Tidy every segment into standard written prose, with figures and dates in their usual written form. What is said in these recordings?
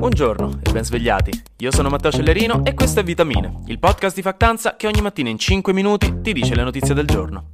Buongiorno e ben svegliati. Io sono Matteo Cellerino e questo è Vitamine, il podcast di Factanza che ogni mattina in 5 minuti ti dice le notizie del giorno.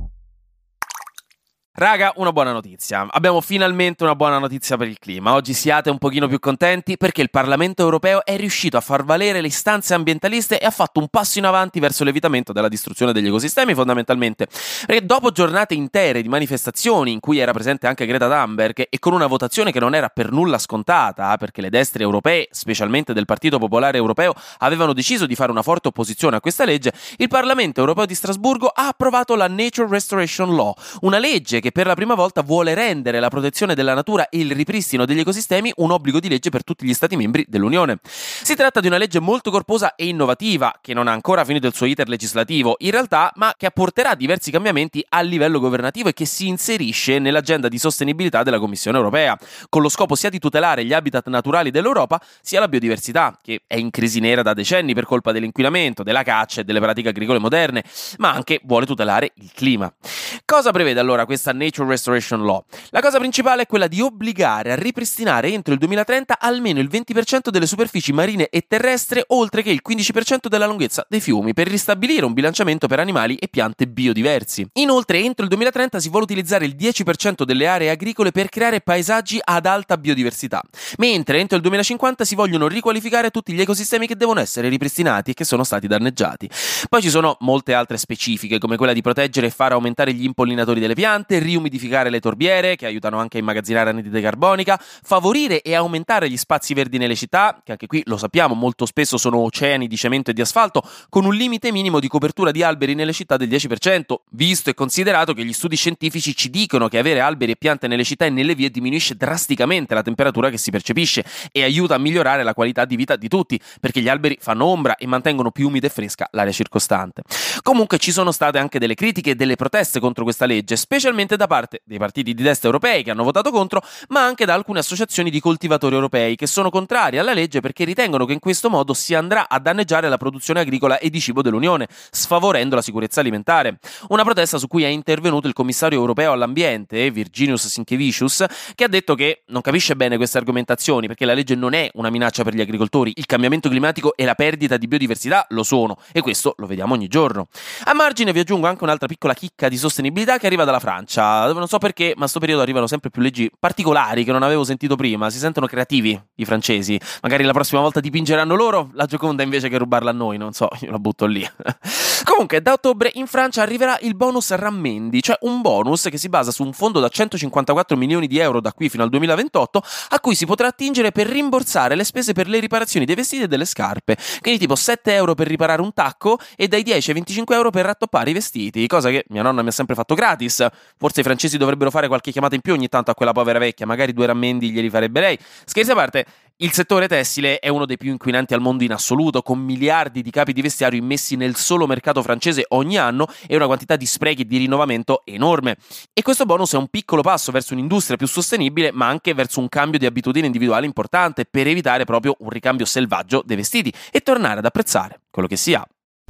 Raga, una buona notizia. Abbiamo finalmente una buona notizia per il clima. Oggi siate un pochino più contenti perché il Parlamento europeo è riuscito a far valere le istanze ambientaliste e ha fatto un passo in avanti verso l'evitamento della distruzione degli ecosistemi, fondamentalmente. Perché dopo giornate intere di manifestazioni in cui era presente anche Greta Thunberg e con una votazione che non era per nulla scontata, perché le destre europee, specialmente del Partito Popolare Europeo, avevano deciso di fare una forte opposizione a questa legge, il Parlamento europeo di Strasburgo ha approvato la Nature Restoration Law, una legge che per la prima volta vuole rendere la protezione della natura e il ripristino degli ecosistemi un obbligo di legge per tutti gli Stati membri dell'Unione. Si tratta di una legge molto corposa e innovativa, che non ha ancora finito il suo iter legislativo, in realtà, ma che apporterà diversi cambiamenti a livello governativo e che si inserisce nell'agenda di sostenibilità della Commissione europea, con lo scopo sia di tutelare gli habitat naturali dell'Europa, sia la biodiversità, che è in crisi nera da decenni per colpa dell'inquinamento, della caccia e delle pratiche agricole moderne, ma anche vuole tutelare il clima. Cosa prevede allora questa Nature Restoration Law? La cosa principale è quella di obbligare a ripristinare entro il 2030 almeno il 20% delle superfici marine e terrestri, oltre che il 15% della lunghezza dei fiumi, per ristabilire un bilanciamento per animali e piante biodiversi. Inoltre, entro il 2030 si vuole utilizzare il 10% delle aree agricole per creare paesaggi ad alta biodiversità, mentre entro il 2050 si vogliono riqualificare tutti gli ecosistemi che devono essere ripristinati e che sono stati danneggiati. Poi ci sono molte altre specifiche, come quella di proteggere e far aumentare gli impollinatori delle piante, riumidificare le torbiere, che aiutano anche a immagazzinare anidride carbonica, favorire e aumentare gli spazi verdi nelle città, che anche qui lo sappiamo molto spesso sono oceani di cemento e di asfalto, con un limite minimo di copertura di alberi nelle città del 10%, visto e considerato che gli studi scientifici ci dicono che avere alberi e piante nelle città e nelle vie diminuisce drasticamente la temperatura che si percepisce e aiuta a migliorare la qualità di vita di tutti, perché gli alberi fanno ombra e mantengono più umida e fresca l'area circostante. Comunque ci sono state anche delle critiche e delle proteste contro questa legge, specialmente da parte dei partiti di destra europei che hanno votato contro, ma anche da alcune associazioni di coltivatori europei che sono contrari alla legge perché ritengono che in questo modo si andrà a danneggiare la produzione agricola e di cibo dell'Unione, sfavorendo la sicurezza alimentare. Una protesta su cui è intervenuto il commissario europeo all'ambiente, Virginijus Sinkevicius, che ha detto che non capisce bene queste argomentazioni perché la legge non è una minaccia per gli agricoltori, il cambiamento climatico e la perdita di biodiversità lo sono, e questo lo vediamo ogni giorno. A margine vi aggiungo anche un'altra piccola chicca di sostenibilità che arriva dalla Francia. Non so perché, ma a sto periodo arrivano sempre più leggi particolari che non avevo sentito prima. Si sentono creativi i francesi. Magari la prossima volta dipingeranno loro la Gioconda invece che rubarla a noi, non so, io la butto lì. Comunque, da ottobre in Francia arriverà il bonus rammendi, cioè un bonus che si basa su un fondo da 154 milioni di euro da qui fino al 2028, a cui si potrà attingere per rimborsare le spese per le riparazioni dei vestiti e delle scarpe. Quindi tipo 7 euro per riparare un tacco e dai 10 ai 25 euro per rattoppare i vestiti, cosa che mia nonna mi ha sempre fatto gratis. Forse i francesi dovrebbero fare qualche chiamata in più ogni tanto a quella povera vecchia, magari 2 rammendi glieli farebbe lei. Scherzi a parte, il settore tessile è uno dei più inquinanti al mondo in assoluto, con miliardi di capi di vestiario immessi nel solo mercato francese ogni anno e una quantità di sprechi e di rinnovamento enorme. E questo bonus è un piccolo passo verso un'industria più sostenibile, ma anche verso un cambio di abitudine individuale importante per evitare proprio un ricambio selvaggio dei vestiti e tornare ad apprezzare quello che si ha.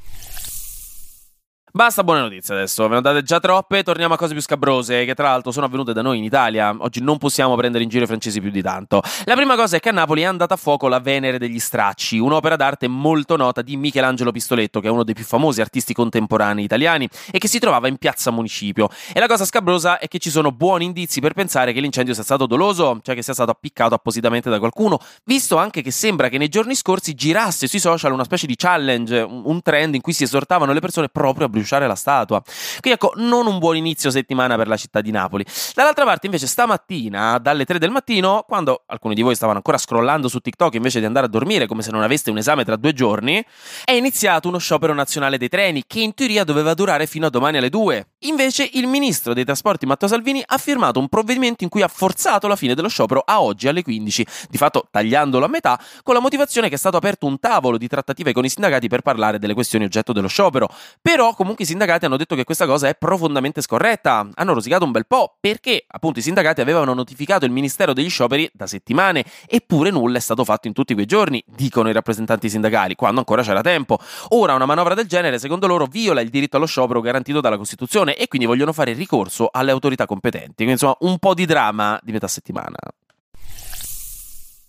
Basta buone notizie adesso, ve ne ho date già troppe, torniamo a cose più scabrose, che tra l'altro sono avvenute da noi in Italia. Oggi non possiamo prendere in giro i francesi più di tanto. La prima cosa è che a Napoli è andata a fuoco la Venere degli Stracci, un'opera d'arte molto nota di Michelangelo Pistoletto, che è uno dei più famosi artisti contemporanei italiani e che si trovava in piazza Municipio. E la cosa scabrosa è che ci sono buoni indizi per pensare che l'incendio sia stato doloso, cioè che sia stato appiccato appositamente da qualcuno, visto anche che sembra che nei giorni scorsi girasse sui social una specie di challenge, un trend in cui si esortavano le persone proprio a bruciare la statua. Quindi ecco, non un buon inizio settimana per la città di Napoli. Dall'altra parte invece stamattina dalle 3 del mattino, quando alcuni di voi stavano ancora scrollando su TikTok invece di andare a dormire come se non aveste un esame tra 2 giorni, è iniziato uno sciopero nazionale dei treni che in teoria doveva durare fino a domani alle 2. Invece il ministro dei trasporti Matteo Salvini ha firmato un provvedimento in cui ha forzato la fine dello sciopero a oggi alle 15, di fatto tagliandolo a metà, con la motivazione che è stato aperto un tavolo di trattative con i sindacati per parlare delle questioni oggetto dello sciopero. Però comunque i sindacati hanno detto che questa cosa è profondamente scorretta. Hanno rosicato un bel po' perché appunto i sindacati avevano notificato il Ministero degli Scioperi da settimane, eppure nulla è stato fatto in tutti quei giorni, dicono i rappresentanti sindacali, quando ancora c'era tempo. Ora una manovra del genere secondo loro viola il diritto allo sciopero garantito dalla Costituzione e quindi vogliono fare ricorso alle autorità competenti. Quindi insomma un po' di dramma di metà settimana.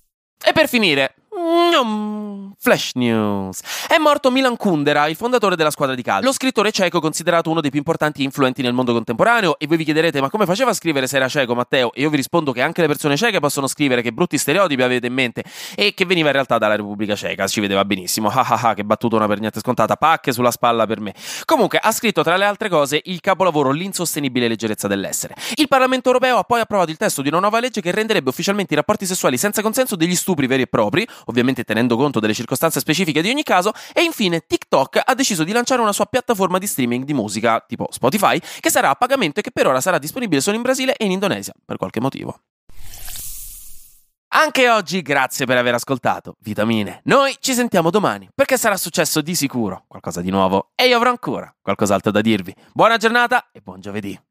E per finire, flash news. È morto Milan Kundera, il fondatore della squadra di calcio. Lo scrittore ceco considerato uno dei più importanti e influenti nel mondo contemporaneo. E voi vi chiederete: ma come faceva a scrivere se era cieco, Matteo? E io vi rispondo che anche le persone cieche possono scrivere. Che brutti stereotipi avete in mente. E che veniva in realtà dalla Repubblica Ceca, ci vedeva benissimo. Che battutona per niente scontata, pacche sulla spalla per me. Comunque ha scritto tra le altre cose il capolavoro L'insostenibile leggerezza dell'essere. Il Parlamento europeo ha poi approvato il testo di una nuova legge che renderebbe ufficialmente i rapporti sessuali senza consenso degli stupri veri e propri, ovviamente tenendo conto delle circostanze specifiche di ogni caso. E infine TikTok ha deciso di lanciare una sua piattaforma di streaming di musica tipo Spotify, che sarà a pagamento e che per ora sarà disponibile solo in Brasile e in Indonesia, per qualche motivo. Anche oggi grazie per aver ascoltato Vitamine. Noi ci sentiamo domani, perché sarà successo di sicuro qualcosa di nuovo e io avrò ancora qualcos'altro da dirvi. Buona giornata e buon giovedì.